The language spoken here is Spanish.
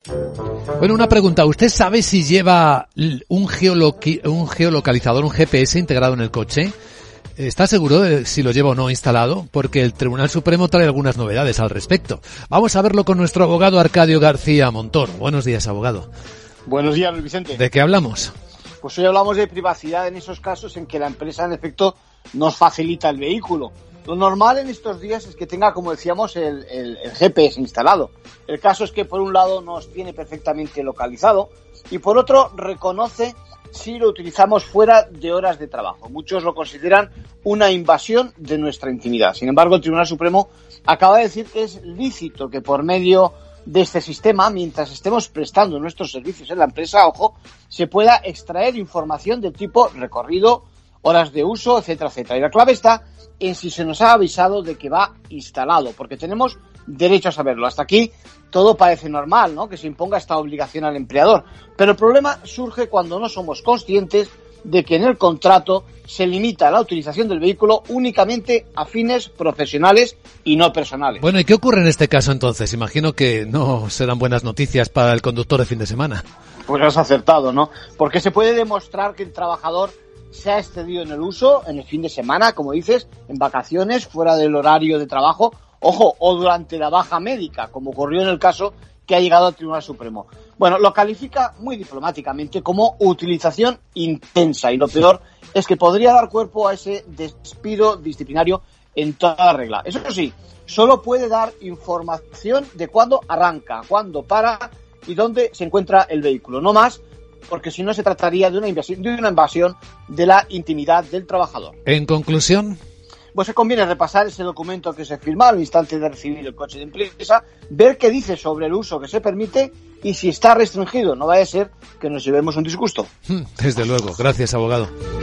Bueno, una pregunta. ¿Usted sabe si lleva un geolocalizador, un GPS integrado en el coche? ¿Está seguro de si lo lleva o no instalado? Porque el Tribunal Supremo trae algunas novedades al respecto. Vamos a verlo con nuestro abogado Arcadio García Montoro. Buenos días, abogado. Buenos días, Luis Vicente. ¿De qué hablamos? Pues hoy hablamos de privacidad en esos casos en que la empresa, en efecto, nos facilita el vehículo. Lo normal en estos días es que tenga, como decíamos, el GPS instalado. El caso es que, por un lado, nos tiene perfectamente localizado y, por otro, reconoce si lo utilizamos fuera de horas de trabajo. Muchos lo consideran una invasión de nuestra intimidad. Sin embargo, el Tribunal Supremo acaba de decir que es lícito que por medio de este sistema, mientras estemos prestando nuestros servicios en la empresa, ojo, se pueda extraer información del tipo recorrido, horas de uso, etcétera, etcétera. Y la clave está en si se nos ha avisado de que va instalado, porque tenemos derecho a saberlo. Hasta aquí todo parece normal, ¿no?, que se imponga esta obligación al empleador. Pero el problema surge cuando no somos conscientes de que en el contrato se limita la utilización del vehículo únicamente a fines profesionales y no personales. Bueno, ¿y qué ocurre en este caso entonces? Imagino que no serán buenas noticias para el conductor de fin de semana. Pues has acertado, ¿no? Porque se puede demostrar que el trabajador se ha excedido en el uso en el fin de semana, como dices, en vacaciones, fuera del horario de trabajo, ojo, o durante la baja médica, como ocurrió en el caso que ha llegado al Tribunal Supremo. Bueno, lo califica muy diplomáticamente como utilización intensa y lo peor es que podría dar cuerpo a ese despido disciplinario en toda regla. Eso sí, solo puede dar información de cuándo arranca, cuándo para y dónde se encuentra el vehículo, no más, porque si no se trataría de una invasión de la intimidad del trabajador. En conclusión, pues se conviene repasar ese documento que se firma al instante de recibir el coche de empresa, ver qué dice sobre el uso que se permite y si está restringido. No vaya a ser que nos llevemos un disgusto. Desde luego. Gracias, abogado.